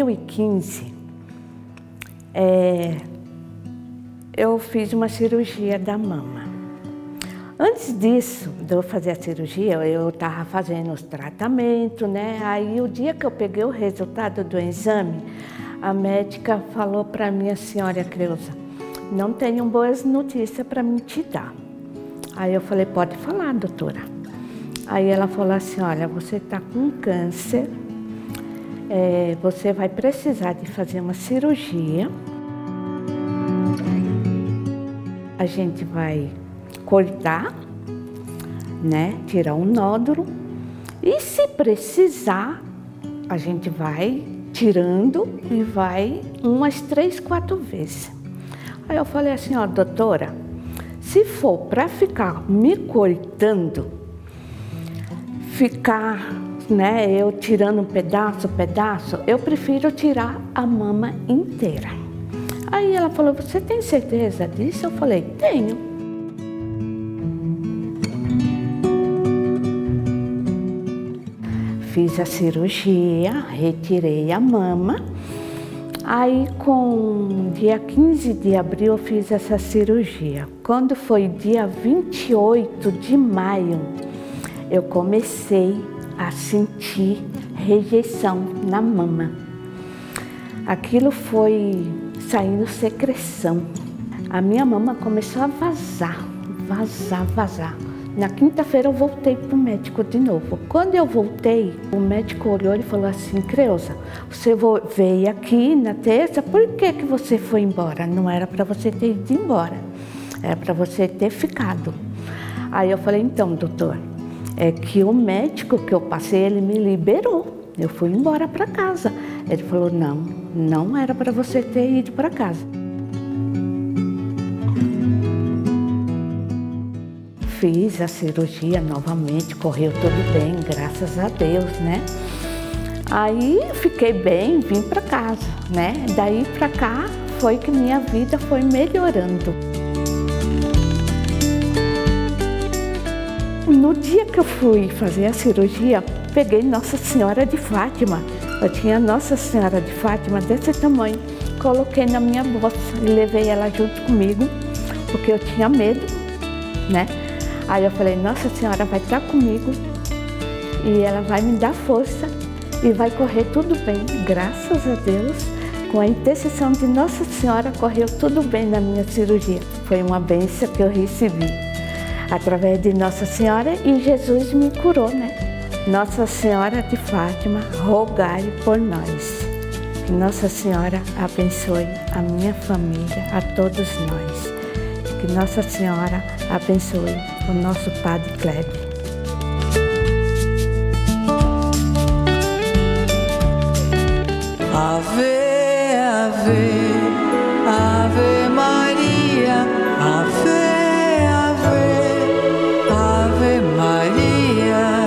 2015, eu fiz uma cirurgia da mama. Antes disso, de eu fazer a cirurgia, eu estava fazendo os tratamentos, né? Aí o dia que eu peguei o resultado do exame, a médica falou para mim assim: olha, Cleusa, não tenho boas notícias para me te dar. Aí eu falei: pode falar, doutora. Aí ela falou assim: olha, você está com câncer, você vai precisar de fazer uma cirurgia. A gente vai cortar, né, tirar um nódulo, e se precisar, a gente vai tirando e vai umas 3, 4 vezes. Aí eu falei assim: ó, doutora, se for para ficar me cortando, né, eu tirando um pedaço, eu prefiro tirar a mama inteira. Aí ela falou: você tem certeza disso? Eu falei: tenho. Fiz a cirurgia, retirei a mama. Aí, com dia 15 de abril, eu fiz essa cirurgia. Quando foi dia 28 de maio, eu comecei a sentir rejeição na mama. Aquilo foi saindo secreção. A minha mama começou a vazar. Na quinta-feira eu voltei para o médico de novo. Quando eu voltei, o médico olhou e falou assim: Cleusa, você veio aqui na terça, por que você foi embora? Não era para você ter ido embora, era para você ter ficado. Aí eu falei: então, doutor, é que o médico que eu passei, ele me liberou. Eu fui embora para casa. Ele falou: não era para você ter ido para casa. Fiz a cirurgia novamente, correu tudo bem, graças a Deus, né? Aí fiquei bem, vim para casa, né? Daí para cá foi que minha vida foi melhorando. No dia que eu fui fazer a cirurgia, peguei Nossa Senhora de Fátima. Eu tinha Nossa Senhora de Fátima desse tamanho, coloquei na minha bolsa e levei ela junto comigo, porque eu tinha medo, né? Aí eu falei: Nossa Senhora vai estar comigo e ela vai me dar força e vai correr tudo bem. Graças a Deus, com a intercessão de Nossa Senhora, correu tudo bem na minha cirurgia. Foi uma bênção que eu recebi através de Nossa Senhora, e Jesus me curou, né? Nossa Senhora de Fátima, rogai por nós. Que Nossa Senhora abençoe a minha família, a todos nós. Que Nossa Senhora abençoe o nosso Padre Kleber. Ave, ave, ave Maria, ave, ave, ave Maria.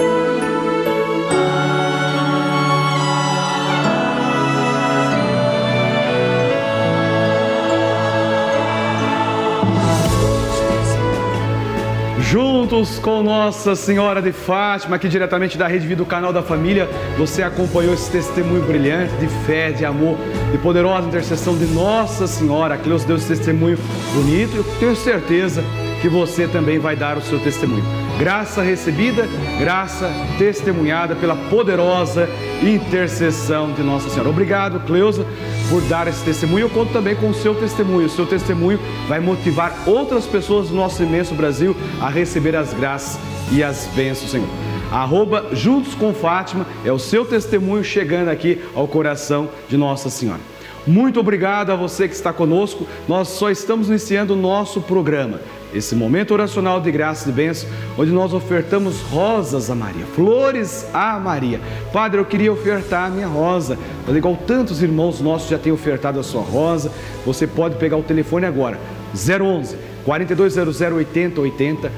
Juntos com Nossa Senhora de Fátima, aqui diretamente da Rede Vida, do canal da família, você acompanhou esse testemunho brilhante de fé, de amor, de poderosa intercessão de Nossa Senhora. Que Deus deu esse testemunho bonito, e eu tenho certeza que você também vai dar o seu testemunho. Graça recebida, graça testemunhada pela poderosa intercessão de Nossa Senhora. Obrigado, Cleusa, por dar esse testemunho. Eu conto também com o seu testemunho. O seu testemunho vai motivar outras pessoas do nosso imenso Brasil a receber as graças e as bênçãos, Senhor. @Juntos com Fátima é o seu testemunho chegando aqui ao coração de Nossa Senhora. Muito obrigado a você que está conosco. Nós só estamos iniciando o nosso programa, esse momento oracional de graça e bênção, onde nós ofertamos rosas a Maria, flores a Maria. Padre, eu queria ofertar a minha rosa, mas igual tantos irmãos nossos já têm ofertado a sua rosa. Você pode pegar o telefone agora, 011 4200-8080,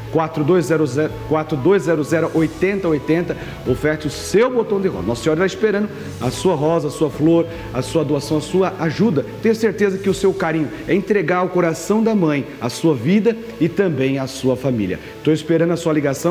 4200-8080, oferte o seu botão de rosa. Nossa Senhora está esperando a sua rosa, a sua flor, a sua doação, a sua ajuda. Tenho certeza que o seu carinho é entregar ao coração da mãe a sua vida e também a sua família. Estou esperando a sua ligação,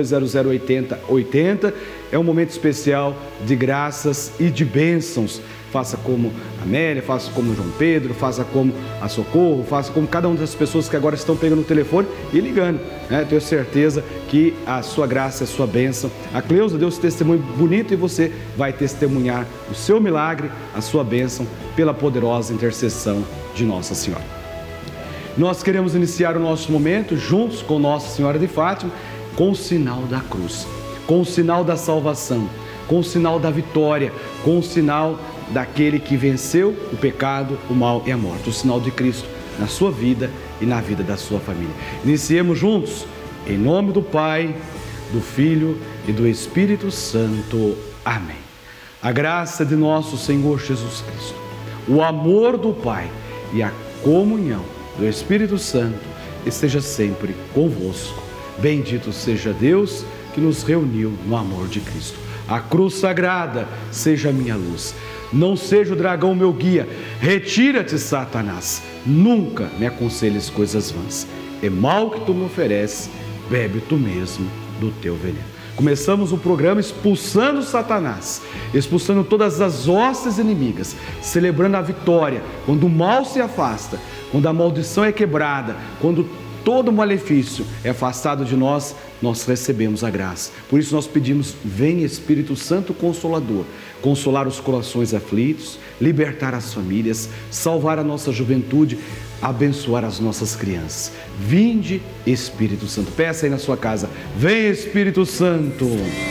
4200-8080. É um momento especial de graças e de bênçãos. Faça como a Amélia, faça como o João Pedro, faça como a Socorro, faça como cada uma das pessoas que agora estão pegando o telefone e ligando, né? Tenho certeza que a sua graça, a sua bênção. A Cleusa deu esse testemunho bonito e você vai testemunhar o seu milagre, a sua bênção, pela poderosa intercessão de Nossa Senhora. Nós queremos iniciar o nosso momento juntos com Nossa Senhora de Fátima, com o sinal da cruz, com o sinal da salvação, com o sinal da vitória, com o sinal daquele que venceu o pecado, o mal e a morte, o sinal de Cristo na sua vida e na vida da sua família. Iniciemos juntos, em nome do Pai, do Filho e do Espírito Santo. Amém. A graça de nosso Senhor Jesus Cristo, o amor do Pai e a comunhão do Espírito Santo esteja sempre convosco. Bendito seja Deus que nos reuniu no amor de Cristo. A cruz sagrada seja a minha luz. Não seja o dragão meu guia. Retira-te, Satanás. Nunca me aconselhes coisas vãs. É mal que tu me ofereces, bebe tu mesmo do teu veneno. Começamos o programa expulsando Satanás, expulsando todas as hostes inimigas, celebrando a vitória. Quando o mal se afasta, quando a maldição é quebrada, quando todo malefício é afastado de nós, nós recebemos a graça. Por isso nós pedimos, vem Espírito Santo Consolador, consolar os corações aflitos, libertar as famílias, salvar a nossa juventude, abençoar as nossas crianças. Vinde Espírito Santo. Peça aí na sua casa, vem Espírito Santo.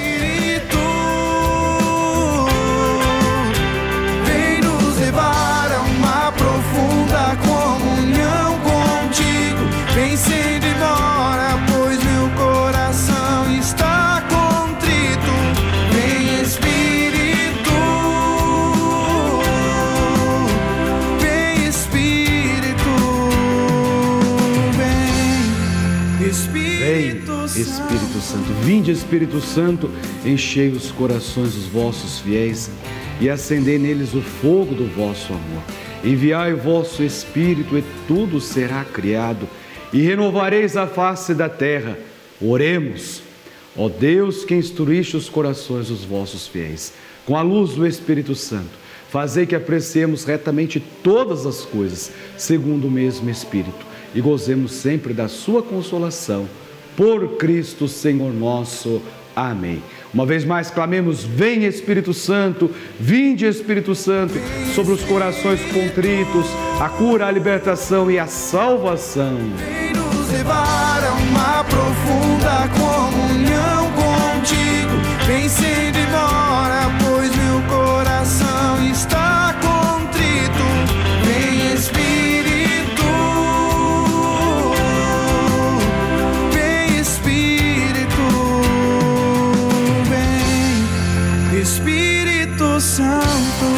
Vem nos levar a uma profunda comunhão contigo. Vem sem demora, pois meu coração está contrito. Vem Espírito, vem Espírito, vem Espírito Santo. Espírito Santo. Vinde Espírito Santo, enchei os corações dos vossos fiéis e acendei neles o fogo do vosso amor. Enviai o vosso Espírito e tudo será criado e renovareis a face da terra. Oremos. Ó Deus, que instruíste os corações dos vossos fiéis, com a luz do Espírito Santo, fazei que apreciemos retamente todas as coisas, segundo o mesmo Espírito, e gozemos sempre da sua consolação. Por Cristo Senhor nosso. Amém. Uma vez mais clamemos, vem Espírito Santo, vinde Espírito Santo, sobre os corações contritos, a cura, a libertação e a salvação. Vem nos levar a uma profunda comunhão contigo. Vem sem demora, pois meu coração está contrito. Vem Espírito, vem Espírito, vem Espírito Santo.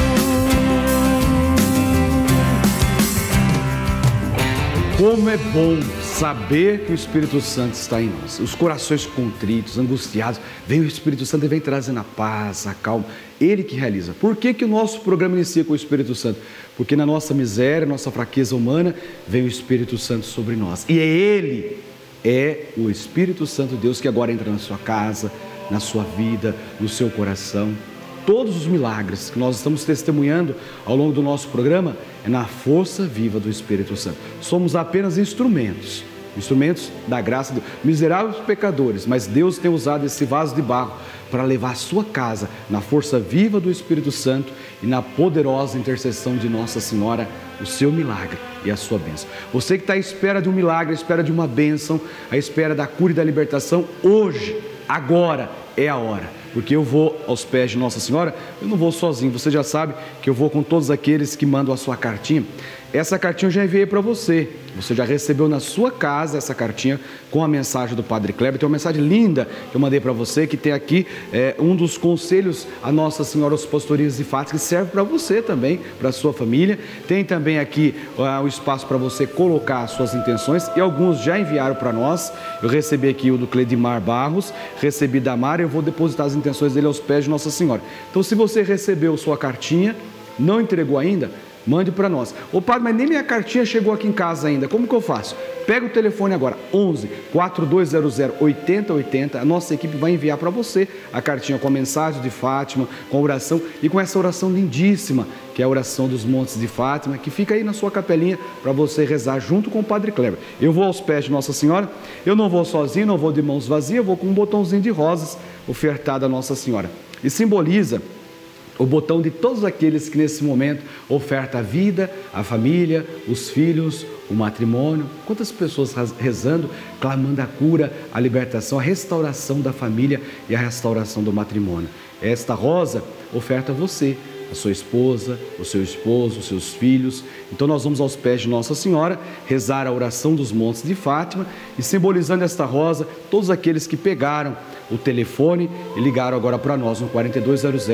Como é bom saber que o Espírito Santo está em nós. Os corações contritos, angustiados, vem o Espírito Santo e vem trazendo a paz, a calma. Ele que realiza. Por que que o nosso programa inicia com o Espírito Santo? Porque na nossa miséria, nossa fraqueza humana, vem o Espírito Santo sobre nós. E Ele é o Espírito Santo de Deus que agora entra na sua casa, na sua vida, no seu coração. Todos os milagres que nós estamos testemunhando ao longo do nosso programa é na força viva do Espírito Santo. Somos apenas instrumentos da graça de Deus, miseráveis pecadores, mas Deus tem usado esse vaso de barro para levar a sua casa na força viva do Espírito Santo e na poderosa intercessão de Nossa Senhora, o seu milagre e a sua bênção. Você que está à espera de um milagre, à espera de uma bênção, à espera da cura e da libertação, hoje, agora é a hora. Porque eu vou aos pés de Nossa Senhora, eu não vou sozinho, você já sabe que eu vou com todos aqueles que mandam a sua cartinha. essa cartinha eu já enviei para você. Você já recebeu na sua casa essa cartinha com a mensagem do Padre Kleber. Tem uma mensagem linda que eu mandei para você, que tem aqui um dos conselhos a Nossa Senhora aos Pastorias de Fátima, que serve para você também, para a sua família. Tem também aqui o espaço para você colocar as suas intenções, e alguns já enviaram para nós. Eu recebi aqui o do Cledimar Barros, recebi da Mara, eu vou depositar as intenções dele aos pés de Nossa Senhora. Então, se você recebeu sua cartinha, não entregou ainda, mande para nós. Ô padre, mas nem minha cartinha chegou aqui em casa ainda, como que eu faço? Pega o telefone agora, 11 4200 8080, a nossa equipe vai enviar para você a cartinha com a mensagem de Fátima, com a oração e com essa oração lindíssima, que é a oração dos Montes de Fátima, que fica aí na sua capelinha para você rezar junto com o Padre Kleber. Eu vou aos pés de Nossa Senhora, eu não vou sozinho, não vou de mãos vazias, eu vou com um botãozinho de rosas ofertado a Nossa Senhora. E simboliza o botão de todos aqueles que nesse momento ofertam a vida, a família, os filhos, o matrimônio. Quantas pessoas rezando, clamando a cura, a libertação, a restauração da família e a restauração do matrimônio. Esta rosa oferta você, a sua esposa, o seu esposo, os seus filhos. Então nós vamos aos pés de Nossa Senhora, rezar a oração dos Montes de Fátima e simbolizando esta rosa, todos aqueles que pegaram o telefone e ligaram agora para nós no 4200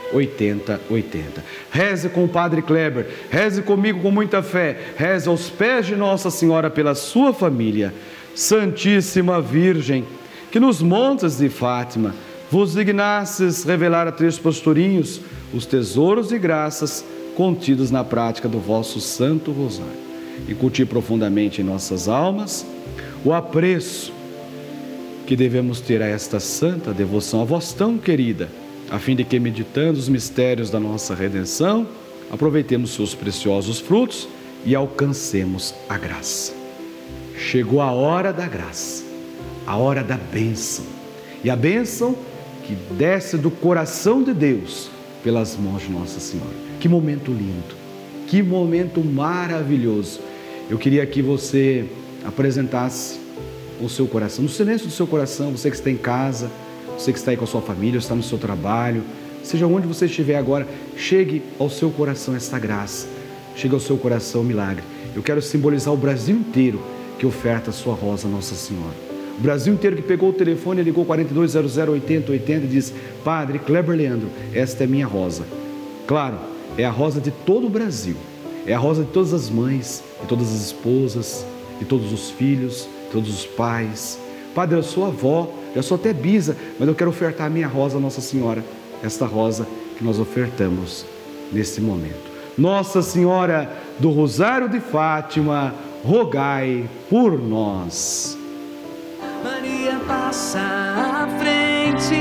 8080. Reze com o Padre Kleber, reze comigo com muita fé, reze aos pés de Nossa Senhora pela sua família. Santíssima Virgem, que nos montes de Fátima vos dignasses revelar a 3 pastorinhos os tesouros e graças contidos na prática do vosso Santo Rosário. Incutir profundamente em nossas almas o apreço que devemos ter a esta santa devoção a vós tão querida, a fim de que, meditando os mistérios da nossa redenção, aproveitemos seus preciosos frutos e alcancemos a graça. Chegou a hora da graça, a hora da bênção, e a bênção que desce do coração de Deus pelas mãos de Nossa Senhora. Que momento lindo, que momento maravilhoso. Eu queria que você apresentasse o seu coração, no silêncio do seu coração, você que está em casa, você que está aí com a sua família, está no seu trabalho, seja onde você estiver agora, chegue ao seu coração esta graça, chegue ao seu coração o milagre. Eu quero simbolizar o Brasil inteiro que oferta a sua rosa, Nossa Senhora. O Brasil inteiro que pegou o telefone e ligou 4200 8080 e diz: Padre Kleber Leandro, esta é minha rosa. Claro, é a rosa de todo o Brasil, é a rosa de todas as mães, de todas as esposas, de todos os filhos, todos os pais. Padre, eu sou avó, eu sou até bisa, mas eu quero ofertar a minha rosa a Nossa Senhora, esta rosa que nós ofertamos nesse momento. Nossa Senhora do Rosário de Fátima, rogai por nós. Maria passa à frente,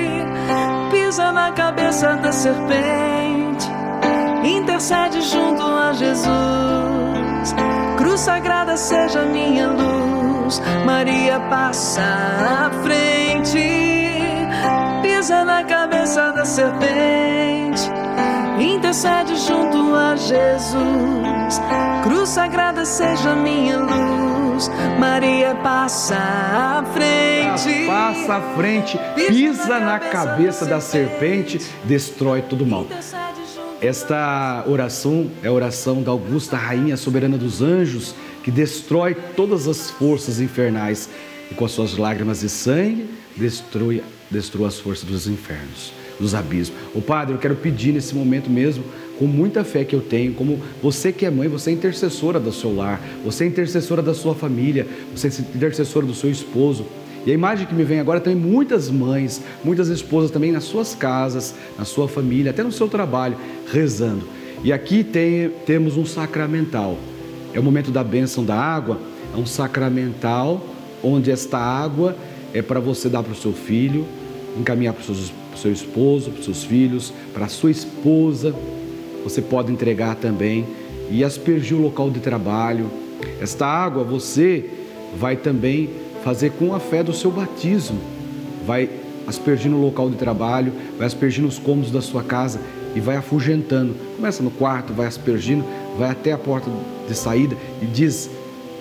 pisa na cabeça da serpente, intercede junto a Jesus. Cruz sagrada seja minha luz. Maria passa à frente, pisa na cabeça da serpente, intercede junto a Jesus. Cruz sagrada seja minha luz. Maria passa à frente, passa à frente, pisa na cabeça da serpente, destrói todo o mal. Esta oração é a oração da Augusta Rainha Soberana dos Anjos, que destrói todas as forças infernais e com as suas lágrimas de sangue destrua as forças dos infernos, dos abismos. O Padre, eu quero pedir nesse momento mesmo, com muita fé que eu tenho, como você que é mãe, você é intercessora do seu lar, você é intercessora da sua família, você é intercessora do seu esposo. E a imagem que me vem agora tem muitas mães, muitas esposas também nas suas casas, na sua família, até no seu trabalho, rezando. E aqui temos um sacramental. É o momento da bênção da água, é um sacramental onde esta água é para você dar para o seu filho, encaminhar para o seu esposo, para os seus filhos, para a sua esposa. Você pode entregar também e aspergir o local de trabalho. Esta água você vai também fazer com a fé do seu batismo. Vai aspergir no local de trabalho, vai aspergir nos cômodos da sua casa e vai afugentando. Começa no quarto, vai aspergindo, vai até a porta de saída e diz: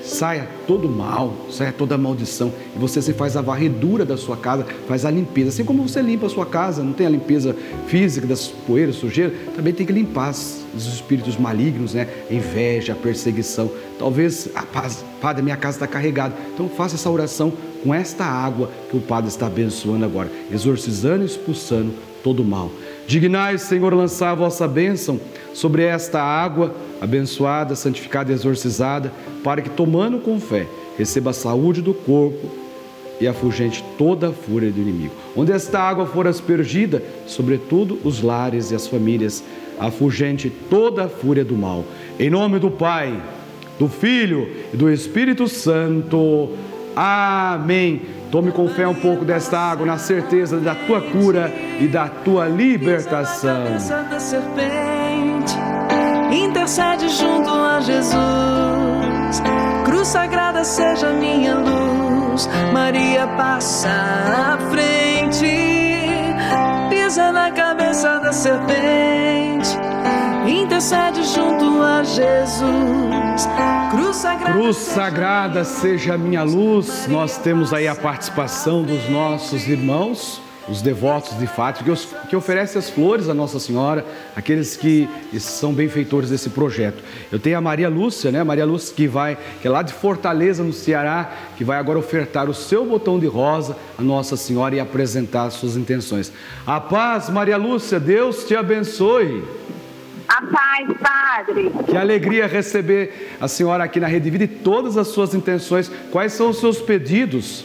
saia todo mal, saia toda maldição. E você se faz a varredura da sua casa, faz a limpeza. Assim como você limpa a sua casa, não tem a limpeza física das poeiras, sujeira, também tem que limpar os espíritos malignos, né? A inveja, a perseguição. Talvez, Padre, minha casa está carregada. Então faça essa oração com esta água que o Padre está abençoando agora, exorcizando e expulsando todo o mal. Dignai, Senhor, lançar a vossa bênção sobre esta água abençoada, santificada e exorcizada, para que, tomando com fé, receba a saúde do corpo e afugente toda a fúria do inimigo. Onde esta água for aspergida, sobretudo os lares e as famílias, afugente toda a fúria do mal. Em nome do Pai, do Filho e do Espírito Santo. Amém. Tome com fé um pouco desta água, na certeza da tua cura e da tua libertação. Da serpente, intercede junto a Jesus. Cruz sagrada seja minha luz. Maria passa à frente, pisa na cabeça da serpente, intercede junto a Jesus. Cruz sagrada seja a minha luz. Nós temos aí a participação dos nossos irmãos, os devotos de Fátima, que oferecem as flores à Nossa Senhora, aqueles que são benfeitores desse projeto. Eu tenho a Maria Lúcia, né? Maria Lúcia que é lá de Fortaleza, no Ceará, que vai agora ofertar o seu botão de rosa à Nossa Senhora e apresentar as suas intenções. A paz, Maria Lúcia, Deus te abençoe. A paz, Padre. Que alegria receber a senhora aqui na Rede Vida e todas as suas intenções. Quais são os seus pedidos?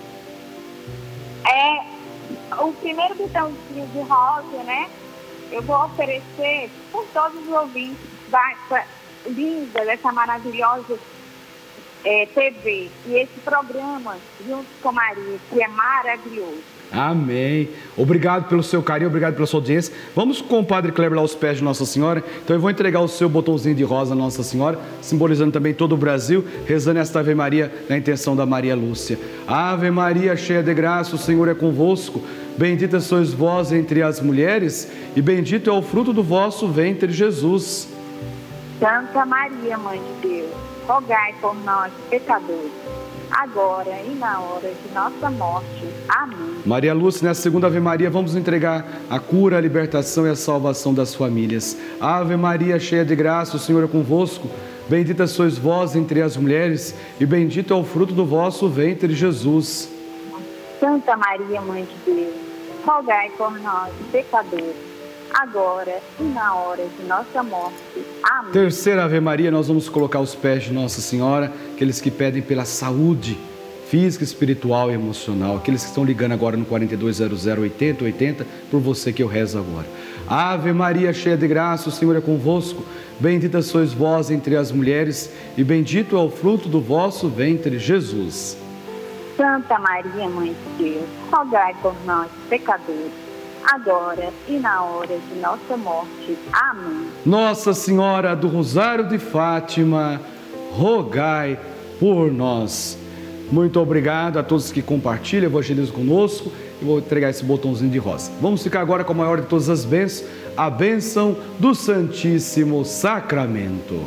O primeiro botãozinho de rosa, né? Eu vou oferecer por todos os ouvintes linda dessa maravilhosa TV e esse programa Juntos com Maria, que é maravilhoso. Amém. Obrigado pelo seu carinho, obrigado pela sua audiência. Vamos com o Padre Kleber lá aos pés de Nossa Senhora. Então eu vou entregar o seu botãozinho de rosa à Nossa Senhora, simbolizando também todo o Brasil, rezando esta Ave Maria na intenção da Maria Lúcia. Ave Maria, cheia de graça, o Senhor é convosco. Bendita sois vós entre as mulheres, e bendito é o fruto do vosso ventre, Jesus. Santa Maria, Mãe de Deus, rogai por nós, pecadores, agora e na hora de nossa morte. Amém. Maria Lúcia, nessa segunda Ave Maria, vamos entregar a cura, a libertação e a salvação das famílias. Ave Maria, cheia de graça, o Senhor é convosco. Bendita sois vós entre as mulheres, e bendito é o fruto do vosso ventre, Jesus. Santa Maria, Mãe de Deus, rogai por nós, pecadores, agora e na hora de nossa morte. Amém. Terceira Ave Maria, nós vamos colocar os pés de Nossa Senhora, aqueles que pedem pela saúde física, espiritual e emocional, aqueles que estão ligando agora no 4200-8080, por você que eu rezo agora. Ave Maria, cheia de graça, o Senhor é convosco. Bendita sois vós entre as mulheres, e bendito é o fruto do vosso ventre, Jesus. Santa Maria, Mãe de Deus, rogai por nós, pecadores, agora e na hora de nossa morte. Amém. Nossa Senhora do Rosário de Fátima, rogai por nós. Muito obrigado a todos que compartilham, evangelizam conosco, e vou entregar esse botãozinho de rosa. Vamos ficar agora com a maior de todas as bênçãos, a bênção do Santíssimo Sacramento.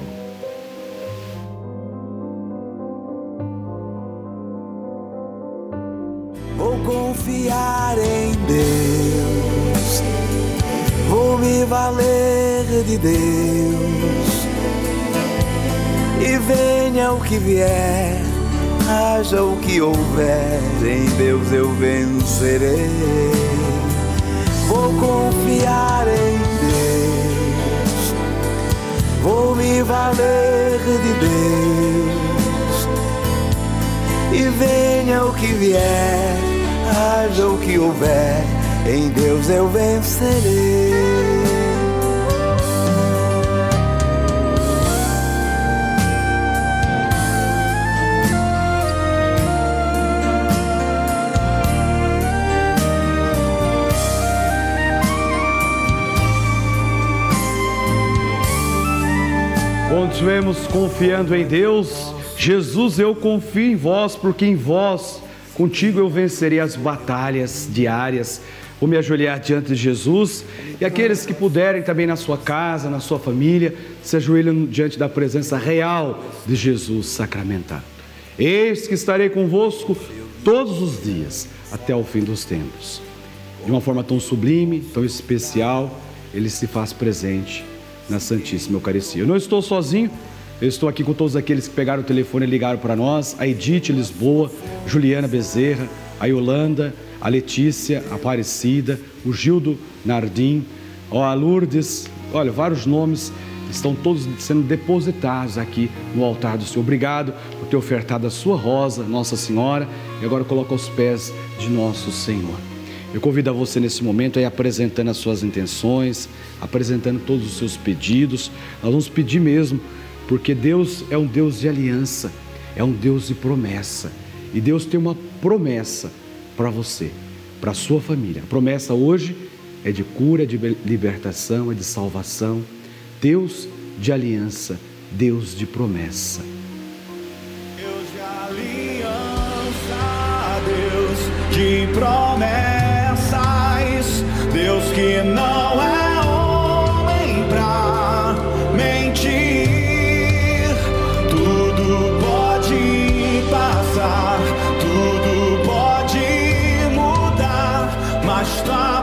Vou confiar em Deus, vou me valer de Deus, e venha o que vier, haja o que houver, em Deus eu vencerei. Vou confiar em Deus, vou me valer de Deus, e venha o que vier, haja o que houver, em Deus eu vencerei. Continuemos confiando em Deus. Jesus, eu confio em vós, porque em vós, contigo eu vencerei as batalhas diárias. Vou me ajoelhar diante de Jesus e aqueles que puderem também na sua casa, na sua família, se ajoelham diante da presença real de Jesus sacramentado. Eis que estarei convosco todos os dias, até o fim dos tempos. De uma forma tão sublime, tão especial, Ele se faz presente na Santíssima Eucaristia. Eu não estou sozinho, eu estou aqui com todos aqueles que pegaram o telefone e ligaram para nós, a Edith Lisboa, Juliana Bezerra, a Yolanda, a Letícia, a Aparecida, o Gildo Nardim, a Lourdes, olha, vários nomes estão todos sendo depositados aqui no altar do Senhor. Obrigado por ter ofertado a sua rosa, Nossa Senhora, e agora coloca aos pés de nosso Senhor. Eu convido a você nesse momento aí apresentando as suas intenções, apresentando todos os seus pedidos. Nós vamos pedir mesmo, porque Deus é um Deus de aliança, é um Deus de promessa. E Deus tem uma promessa para você, para a sua família. A promessa hoje é de cura, de libertação, é de salvação. Deus de aliança, Deus de promessa. Deus de aliança, Deus de promessas, Deus que não é homem pra mentir. Tudo pode passar, tudo pode mudar, mas tua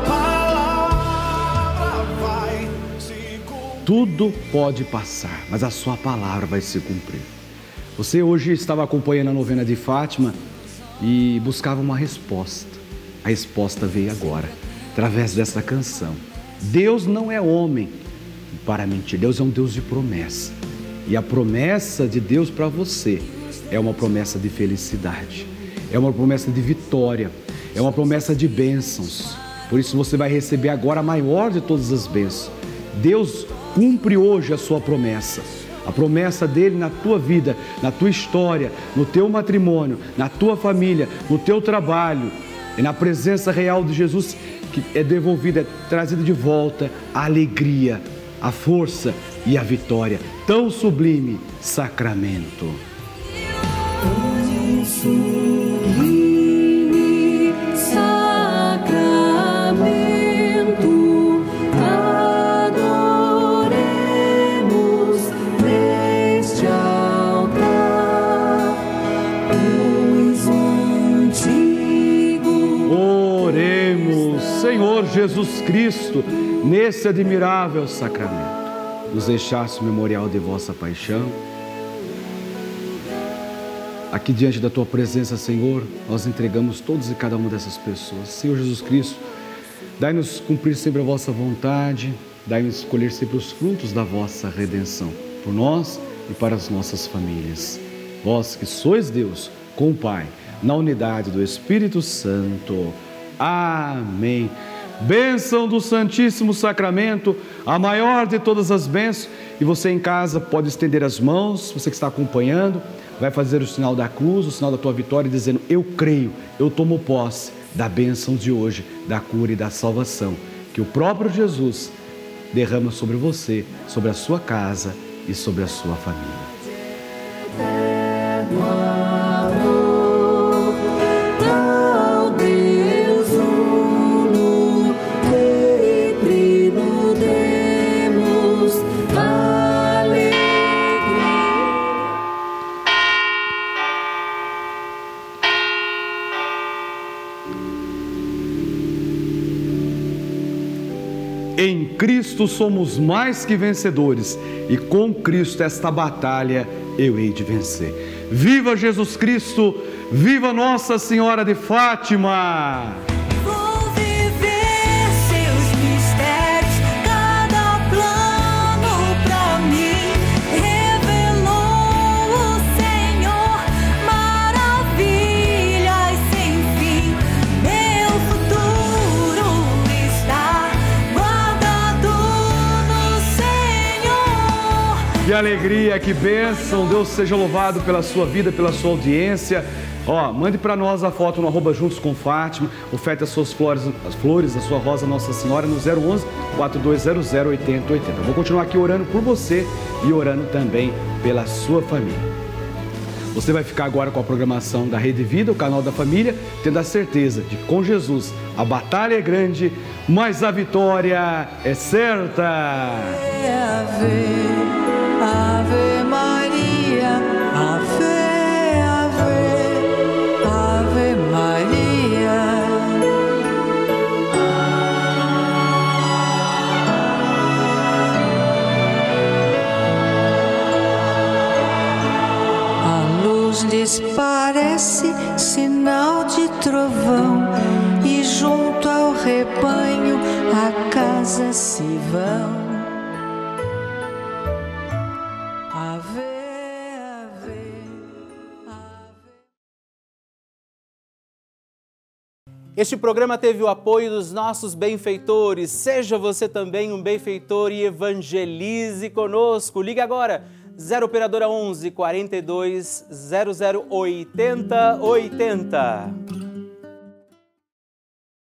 palavra vai se cumprir. Tudo pode passar, mas a sua palavra vai se cumprir. Você hoje estava acompanhando a novena de Fátima e buscava uma resposta. A resposta veio agora, através dessa canção. Deus não é homem para mentir, Deus é um Deus de promessa. E a promessa de Deus para você é uma promessa de felicidade, é uma promessa de vitória, é uma promessa de bênçãos. Por isso você vai receber agora a maior de todas as bênçãos. Deus cumpre hoje a sua promessa. A promessa dele na tua vida, na tua história, no teu matrimônio, na tua família, no teu trabalho e na presença real de Jesus, que é devolvida, é trazida de volta a alegria, a força e a vitória. Tão sublime sacramento. Sublime sacramento, adoremos neste altar, pois o antigo. Oremos, Senhor Jesus Cristo, nesse admirável sacramento, nos deixaste o memorial de vossa paixão. Aqui diante da tua presença, Senhor, nós entregamos todos e cada uma dessas pessoas. Senhor Jesus Cristo, dai-nos cumprir sempre a vossa vontade, dai-nos escolher sempre os frutos da vossa redenção, por nós e para as nossas famílias. Vós que sois Deus, com o Pai, na unidade do Espírito Santo. Amém. Bênção do Santíssimo Sacramento, a maior de todas as bênçãos. E você em casa pode estender as mãos, você que está acompanhando, vai fazer o sinal da cruz, o sinal da tua vitória, dizendo: eu creio, eu tomo posse da bênção de hoje, da cura e da salvação, que o próprio Jesus derrama sobre você, sobre a sua casa e sobre a sua família. Em Cristo somos mais que vencedores e com Cristo esta batalha eu hei de vencer. Viva Jesus Cristo! Viva Nossa Senhora de Fátima! Vou viver seus mistérios, cada plano pra mim revelou o Senhor, maravilhas sem fim. Meu futuro está guardado no Senhor. Que alegria, que bênção! Deus seja louvado pela sua vida, pela sua audiência. Mande para nós a foto no @Juntos com Fátima, oferte as suas flores, a sua rosa Nossa Senhora no 011 4200 8080. Vou continuar aqui orando por você e orando também pela sua família. Você vai ficar agora com a programação da Rede Vida, o canal da família, tendo a certeza de que com Jesus a batalha é grande, mas a vitória é certa. Ave, Ave Maria, Ave, Ave, Ave Maria. A luz lhes parece sinal de trovão, e junto ao rebanho a casa se vão. Ave, ave, ave. Este programa teve o apoio dos nossos benfeitores. Seja você também um benfeitor e evangelize conosco. Ligue agora, 0 operadora 11 42 00 80 80.